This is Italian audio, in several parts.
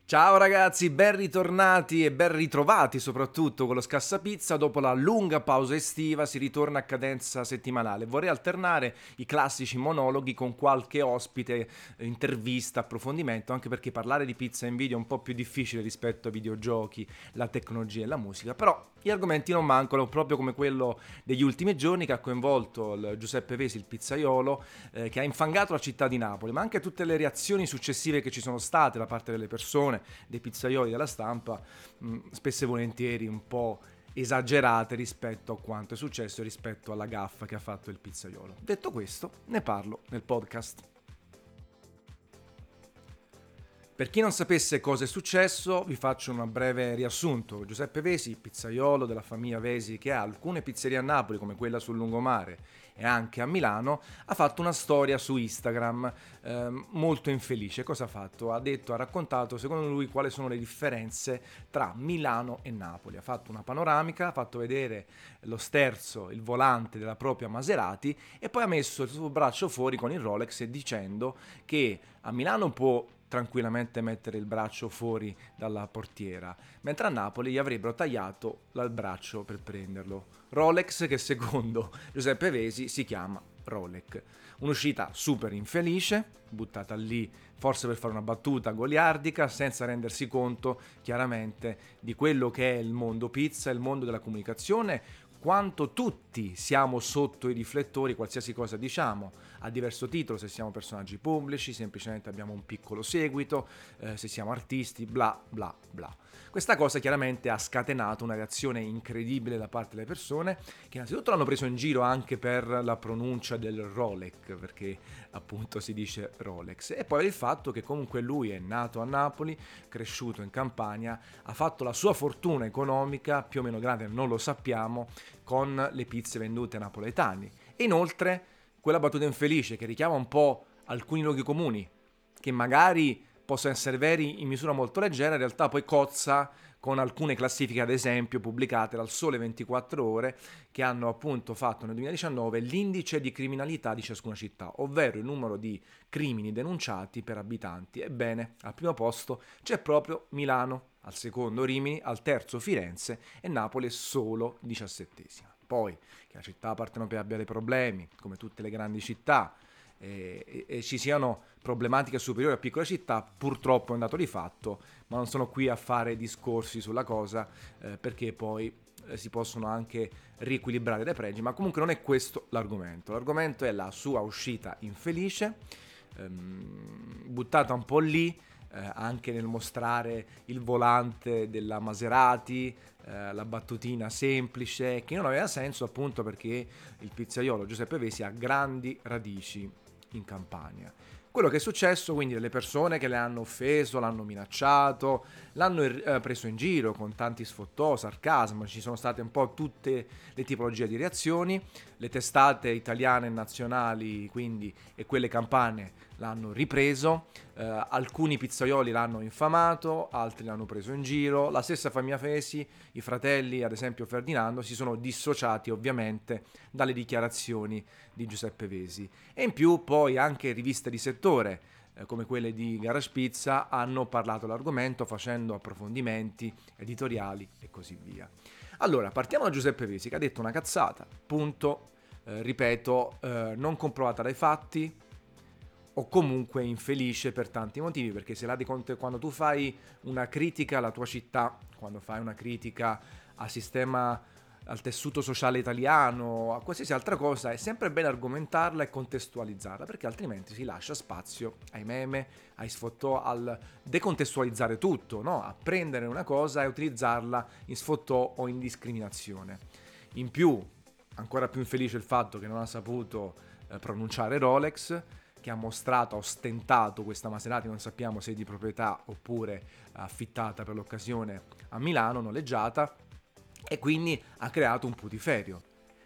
Ciao ragazzi, ben ritornati e ben ritrovati soprattutto con lo Scassapizza. Dopo la lunga pausa estiva si ritorna a cadenza settimanale. Vorrei alternare i classici monologhi con qualche ospite, intervista, approfondimento, anche perché parlare di pizza in video è un po' più difficile rispetto ai videogiochi, la tecnologia e la musica, però gli argomenti non mancano, proprio come quello degli ultimi giorni che ha coinvolto il Giuseppe Vesi, il pizzaiolo, che ha infangato la città di Napoli, ma anche tutte le reazioni successive che ci sono state da parte delle persone, dei pizzaioli, della stampa, spesso e volentieri un po' esagerate rispetto a quanto è successo e rispetto alla gaffa che ha fatto il pizzaiolo. Detto questo, ne parlo nel podcast. Per chi non sapesse cosa è successo, vi faccio un breve riassunto. Giuseppe Vesi, pizzaiolo della famiglia Vesi che ha alcune pizzerie a Napoli come quella sul lungomare e anche a Milano, ha fatto una storia su Instagram molto infelice. Cosa ha fatto? Ha raccontato secondo lui quali sono le differenze tra Milano e Napoli. Ha fatto una panoramica, ha fatto vedere lo sterzo, il volante della propria Maserati e poi ha messo il suo braccio fuori con il Rolex dicendo che a Milano può tranquillamente mettere il braccio fuori dalla portiera, mentre a Napoli gli avrebbero tagliato il braccio per prenderlo. Rolex che secondo Giuseppe Vesi si chiama Rolex. Un'uscita super infelice, buttata lì forse per fare una battuta goliardica, senza rendersi conto chiaramente di quello che è il mondo pizza, il mondo della comunicazione, quanto tutti siamo sotto i riflettori, qualsiasi cosa diciamo, a diverso titolo, se siamo personaggi pubblici, semplicemente abbiamo un piccolo seguito, se siamo artisti, bla bla bla. Questa cosa chiaramente ha scatenato una reazione incredibile da parte delle persone, che innanzitutto l'hanno preso in giro anche per la pronuncia del Rolex, perché appunto si dice Rolex, e poi il fatto che comunque lui è nato a Napoli, cresciuto in Campania, ha fatto la sua fortuna economica, più o meno grande, non lo sappiamo, con le pizze vendute ai napoletani. E inoltre quella battuta infelice che richiama un po' alcuni luoghi comuni, che magari possono essere veri in misura molto leggera, in realtà poi cozza con alcune classifiche, ad esempio, pubblicate dal Sole 24 Ore, che hanno appunto fatto nel 2019 l'indice di criminalità di ciascuna città, ovvero il numero di crimini denunciati per abitanti. Ebbene, al primo posto c'è proprio Milano, al secondo Rimini, al terzo Firenze e Napoli è solo 17esima. Poi, che la città partenopea abbia dei problemi, come tutte le grandi città, e ci siano problematiche superiori a piccole città, purtroppo è un dato di fatto, ma non sono qui a fare discorsi sulla cosa, perché poi si possono anche riequilibrare dai pregi, ma comunque non è questo l'argomento. L'argomento è la sua uscita infelice, buttata un po' lì, anche nel mostrare il volante della Maserati, la battutina semplice, che non aveva senso appunto perché il pizzaiolo Giuseppe Vesi ha grandi radici in Campania. Quello che è successo, quindi, delle persone che le hanno offeso, l'hanno minacciato, l'hanno preso in giro con tanti sfottò, sarcasmo, ci sono state un po' tutte le tipologie di reazioni, le testate italiane e nazionali, quindi, e quelle campane l'hanno ripreso, alcuni pizzaioli l'hanno infamato, altri l'hanno preso in giro, la stessa famiglia Fesi, i fratelli, ad esempio Ferdinando, si sono dissociati ovviamente dalle dichiarazioni di Giuseppe Vesi. E in più poi anche riviste di settore, come quelle di Garage Pizza, hanno parlato dell'argomento facendo approfondimenti editoriali e così via. Allora, partiamo da Giuseppe Vesi che ha detto una cazzata, punto, ripeto, non comprovata dai fatti, o comunque infelice per tanti motivi, perché se la di conto quando tu fai una critica alla tua città, quando fai una critica al sistema, al tessuto sociale italiano, a qualsiasi altra cosa, è sempre bene argomentarla e contestualizzarla, perché altrimenti si lascia spazio ai meme, ai sfottò, al decontestualizzare tutto, no? A prendere una cosa e utilizzarla in sfottò o in discriminazione. In più, ancora più infelice il fatto che non ha saputo pronunciare Rolex, che ha mostrato, ha ostentato questa Maserati, non sappiamo se è di proprietà oppure affittata per l'occasione a Milano, noleggiata, e quindi ha creato un putiferio.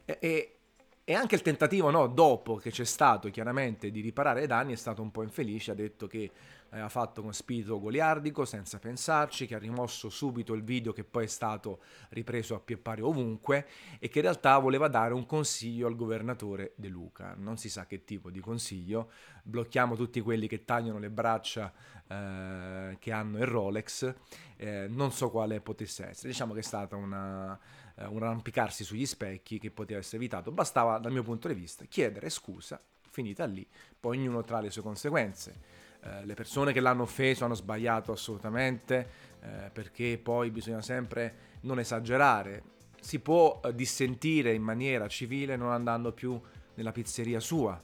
E anche il tentativo, no, dopo che c'è stato chiaramente di riparare i danni è stato un po' infelice, ha detto che aveva fatto con spirito goliardico, senza pensarci, che ha rimosso subito il video che poi è stato ripreso a pie pari ovunque e che in realtà voleva dare un consiglio al governatore De Luca. Non si sa che tipo di consiglio, blocchiamo tutti quelli che tagliano le braccia che hanno il Rolex, non so quale potesse essere. Diciamo che è stata un arrampicarsi sugli specchi che poteva essere evitato. Bastava, dal mio punto di vista, chiedere scusa, finita lì, poi ognuno tra le sue conseguenze. Le persone che l'hanno offeso hanno sbagliato assolutamente, perché poi bisogna sempre non esagerare. Si può dissentire in maniera civile non andando più nella pizzeria sua,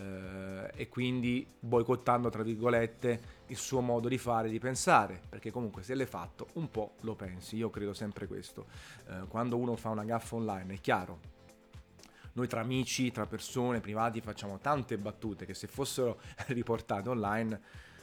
e quindi boicottando, tra virgolette, il suo modo di fare, di pensare, perché comunque se l'hai fatto un po' lo pensi. Io credo sempre questo. Quando uno fa una gaffa online, è chiaro, noi tra amici, tra persone, privati, facciamo tante battute che se fossero riportate online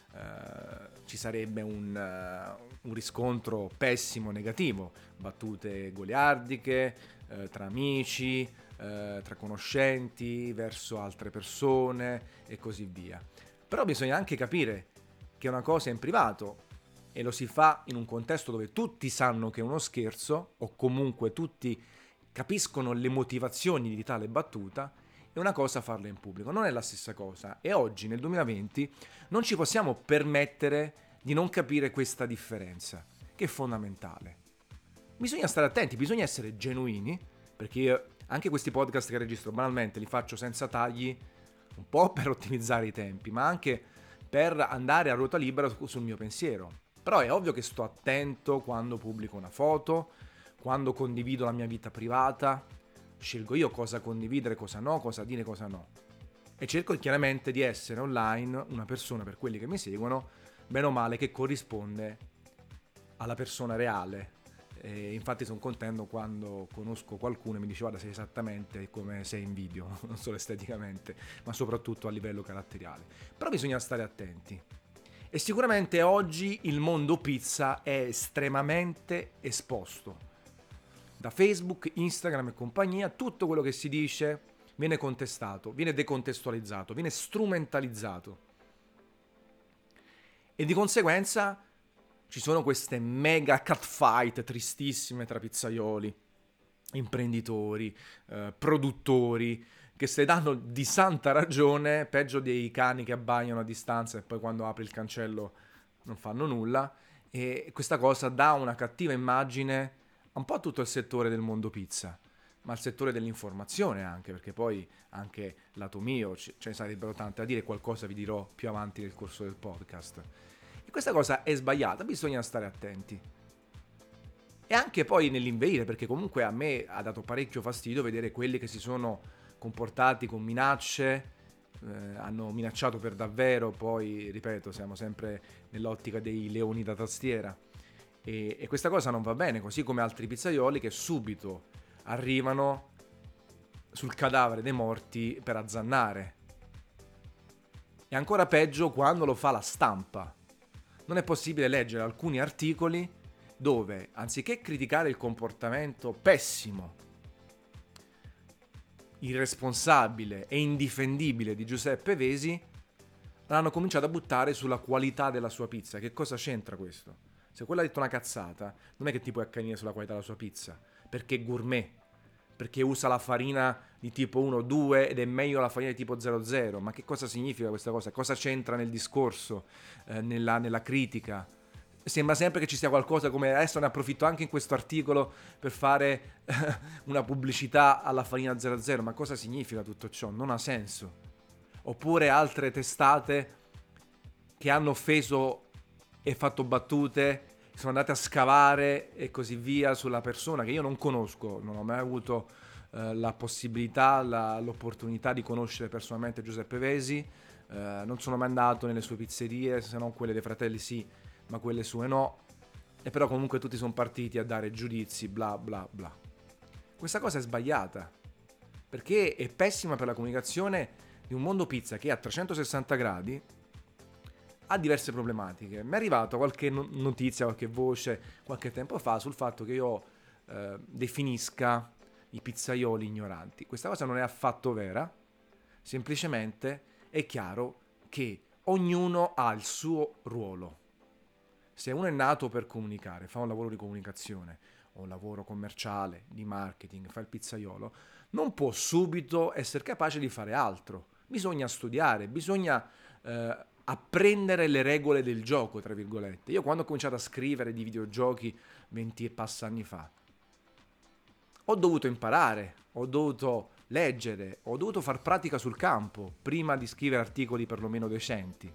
ci sarebbe un riscontro pessimo, negativo. Battute goliardiche, tra amici, tra conoscenti, verso altre persone e così via. Però bisogna anche capire che una cosa è in privato e lo si fa in un contesto dove tutti sanno che è uno scherzo, o comunque tutti capiscono le motivazioni di tale battuta, e una cosa farla in pubblico. Non è la stessa cosa. E oggi, nel 2020, non ci possiamo permettere di non capire questa differenza, che è fondamentale. Bisogna stare attenti, bisogna essere genuini, perché io anche questi podcast che registro banalmente li faccio senza tagli, un po' per ottimizzare i tempi, ma anche per andare a ruota libera sul mio pensiero. Però è ovvio che sto attento quando pubblico una foto, quando condivido la mia vita privata, scelgo io cosa condividere, cosa no, cosa dire, cosa no. E cerco chiaramente di essere online una persona, per quelli che mi seguono, bene o male, che corrisponde alla persona reale. E infatti sono contento quando conosco qualcuno e mi dice guarda, sei esattamente come sei in video, non solo esteticamente, ma soprattutto a livello caratteriale. Però bisogna stare attenti. E sicuramente oggi il mondo pizza è estremamente esposto. Da Facebook, Instagram e compagnia, tutto quello che si dice viene contestato, viene decontestualizzato, viene strumentalizzato. E di conseguenza ci sono queste mega catfight tristissime tra pizzaioli, imprenditori, produttori, che se danno di santa ragione, peggio dei cani che abbaiano a distanza e poi quando apri il cancello non fanno nulla. E questa cosa dà una cattiva immagine un po' a tutto il settore del mondo pizza, ma al settore dell'informazione anche, perché poi anche lato mio ce ne sarebbero tante da dire, qualcosa vi dirò più avanti nel corso del podcast. E questa cosa è sbagliata, bisogna stare attenti. E anche poi nell'inveire, perché comunque a me ha dato parecchio fastidio vedere quelli che si sono comportati con minacce, hanno minacciato per davvero, poi ripeto, siamo sempre nell'ottica dei leoni da tastiera. E questa cosa non va bene, così come altri pizzaioli che subito arrivano sul cadavere dei morti per azzannare. E ancora peggio quando lo fa la stampa. Non è possibile leggere alcuni articoli dove, anziché criticare il comportamento pessimo, irresponsabile e indifendibile di Giuseppe Vesi, l'hanno cominciato a buttare sulla qualità della sua pizza. Che cosa c'entra questo? Se quello ha detto una cazzata, non è che ti puoi accanire sulla qualità della sua pizza, perché è gourmet, perché usa la farina di tipo 1 o 2 ed è meglio la farina di tipo 00. Ma che cosa significa questa cosa? Cosa c'entra nel discorso, nella critica? Sembra sempre che ci sia qualcosa, come adesso ne approfitto anche in questo articolo per fare una pubblicità alla farina 00. Ma cosa significa tutto ciò? Non ha senso. Oppure altre testate che hanno offeso e fatto battute, sono andate a scavare e così via sulla persona che io non conosco, non ho mai avuto la possibilità, l'opportunità di conoscere personalmente Giuseppe Vesi, non sono mai andato nelle sue pizzerie, se non quelle dei fratelli sì, ma quelle sue no, e però comunque tutti sono partiti a dare giudizi, bla bla bla. Questa cosa è sbagliata, perché è pessima per la comunicazione di un mondo pizza che a 360 gradi ha diverse problematiche. Mi è arrivata qualche notizia, qualche voce qualche tempo fa sul fatto che io definisca i pizzaioli ignoranti. Questa cosa non è affatto vera, semplicemente è chiaro che ognuno ha il suo ruolo. Se uno è nato per comunicare, fa un lavoro di comunicazione, o un lavoro commerciale, di marketing, fa il pizzaiolo, non può subito essere capace di fare altro. Bisogna studiare, bisogna apprendere le regole del gioco, tra virgolette. Io quando ho cominciato a scrivere di videogiochi 20 e passa anni fa, ho dovuto imparare, ho dovuto leggere, ho dovuto far pratica sul campo prima di scrivere articoli perlomeno decenti.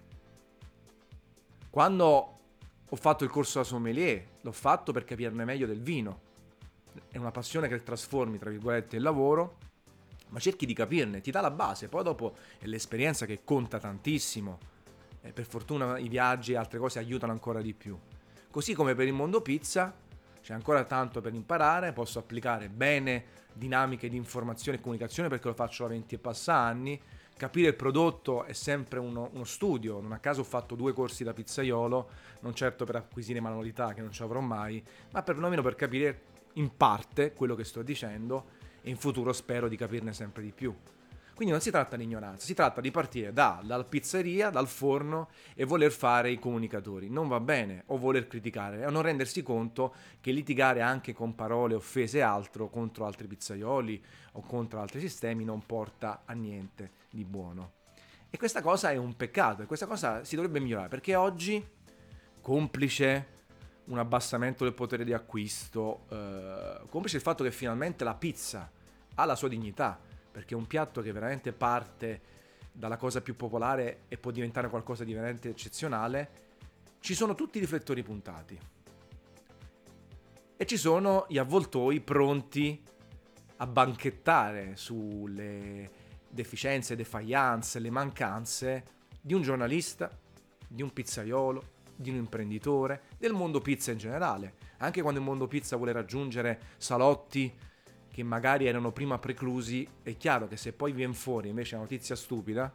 Quando ho fatto il corso da sommelier, l'ho fatto per capirne meglio del vino. È una passione che trasformi, tra virgolette, il lavoro, ma cerchi di capirne, ti dà la base, poi dopo è l'esperienza che conta tantissimo. E per fortuna i viaggi e altre cose aiutano ancora di più. Così come per il mondo pizza, c'è ancora tanto per imparare, posso applicare bene dinamiche di informazione e comunicazione perché lo faccio da 20 e passa anni. Capire il prodotto è sempre uno studio, non a caso ho fatto 2 corsi da pizzaiolo, non certo per acquisire manualità che non ci avrò mai, ma perlomeno per capire in parte quello che sto dicendo e in futuro spero di capirne sempre di più. Quindi non si tratta di ignoranza, si tratta di partire dalla pizzeria, dal forno e voler fare i comunicatori. Non va bene, o voler criticare, o non rendersi conto che litigare anche con parole, offese e altro contro altri pizzaioli o contro altri sistemi non porta a niente di buono. E questa cosa è un peccato, e questa cosa si dovrebbe migliorare, perché oggi, complice un abbassamento del potere di acquisto, complice il fatto che finalmente la pizza ha la sua dignità, perché è un piatto che veramente parte dalla cosa più popolare e può diventare qualcosa di veramente eccezionale, ci sono tutti i riflettori puntati. E ci sono gli avvoltoi pronti a banchettare sulle deficienze, defiance, le mancanze di un giornalista, di un pizzaiolo, di un imprenditore, del mondo pizza in generale. Anche quando il mondo pizza vuole raggiungere salotti che magari erano prima preclusi, è chiaro che se poi viene fuori invece una notizia stupida,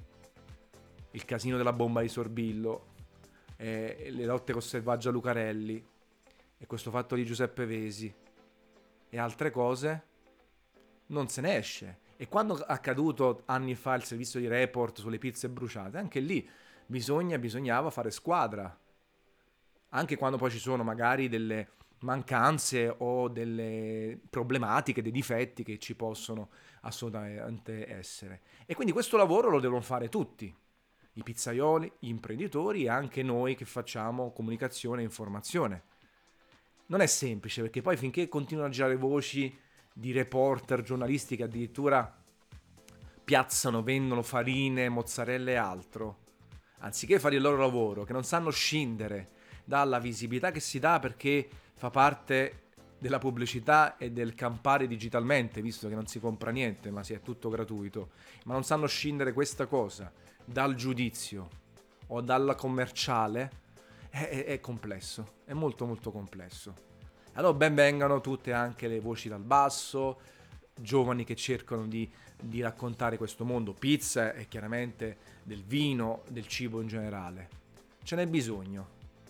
il casino della bomba di Sorbillo, le lotte con Selvaggia Lucarelli, e questo fatto di Giuseppe Vesi, e altre cose, non se ne esce. E quando è accaduto anni fa il servizio di report sulle pizze bruciate, anche lì bisognava fare squadra. Anche quando poi ci sono magari delle mancanze o delle problematiche, dei difetti che ci possono assolutamente essere. E quindi questo lavoro lo devono fare tutti, i pizzaioli, gli imprenditori e anche noi che facciamo comunicazione e informazione. Non è semplice perché poi finché continuano a girare voci di reporter, giornalisti che addirittura piazzano, vendono farine, mozzarella e altro, anziché fare il loro lavoro, che non sanno scindere dalla visibilità che si dà perché fa parte della pubblicità e del campare digitalmente, visto che non si compra niente, ma si è tutto gratuito, ma non sanno scindere questa cosa dal giudizio o dalla commerciale, è complesso, è molto molto complesso. Allora ben vengano tutte anche le voci dal basso, giovani che cercano di raccontare questo mondo, pizza e chiaramente del vino, del cibo in generale. Ce n'è bisogno.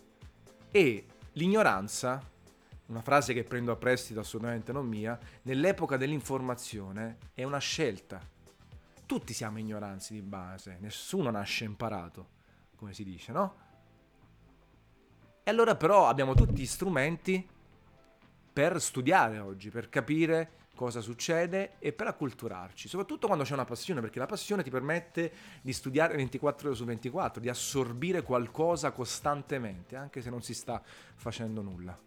E l'ignoranza, una frase che prendo a prestito assolutamente non mia, nell'epoca dell'informazione è una scelta. Tutti siamo ignoranti di base, nessuno nasce imparato, come si dice, no? E allora però abbiamo tutti gli strumenti per studiare oggi, per capire cosa succede e per acculturarci, soprattutto quando c'è una passione, perché la passione ti permette di studiare 24 ore su 24, di assorbire qualcosa costantemente, anche se non si sta facendo nulla.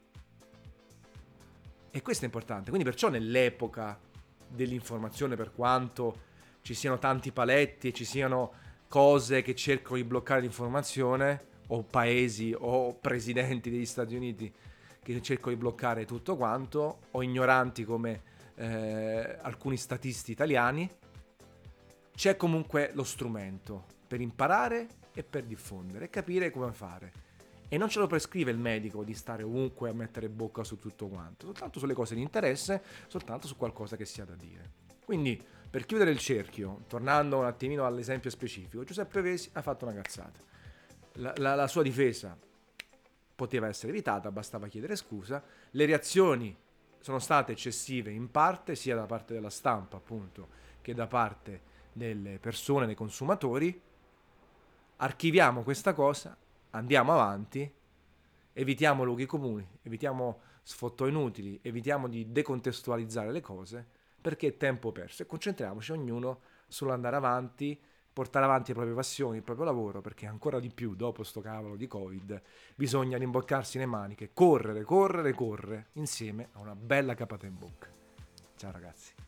E questo è importante, quindi perciò nell'epoca dell'informazione, per quanto ci siano tanti paletti e ci siano cose che cercano di bloccare l'informazione, o paesi o presidenti degli Stati Uniti che cercano di bloccare tutto quanto, o ignoranti come alcuni statisti italiani, c'è comunque lo strumento per imparare e per diffondere e capire come fare. E non ce lo prescrive il medico di stare ovunque a mettere bocca su tutto quanto, soltanto sulle cose di interesse, soltanto su qualcosa che sia da dire. Quindi, per chiudere il cerchio, tornando un attimino all'esempio specifico, Giuseppe Vesi ha fatto una cazzata. La sua difesa poteva essere evitata, bastava chiedere scusa. Le reazioni sono state eccessive in parte, sia da parte della stampa, appunto, che da parte delle persone, dei consumatori. archiviamo questa cosa, andiamo avanti, evitiamo luoghi comuni, evitiamo sfottò inutili, evitiamo di decontestualizzare le cose, perché è tempo perso, e concentriamoci ognuno sull'andare avanti, portare avanti le proprie passioni, il proprio lavoro, perché ancora di più dopo sto cavolo di Covid bisogna rimboccarsi le maniche, correre, correre, correre insieme a una bella capata in bocca. Ciao ragazzi.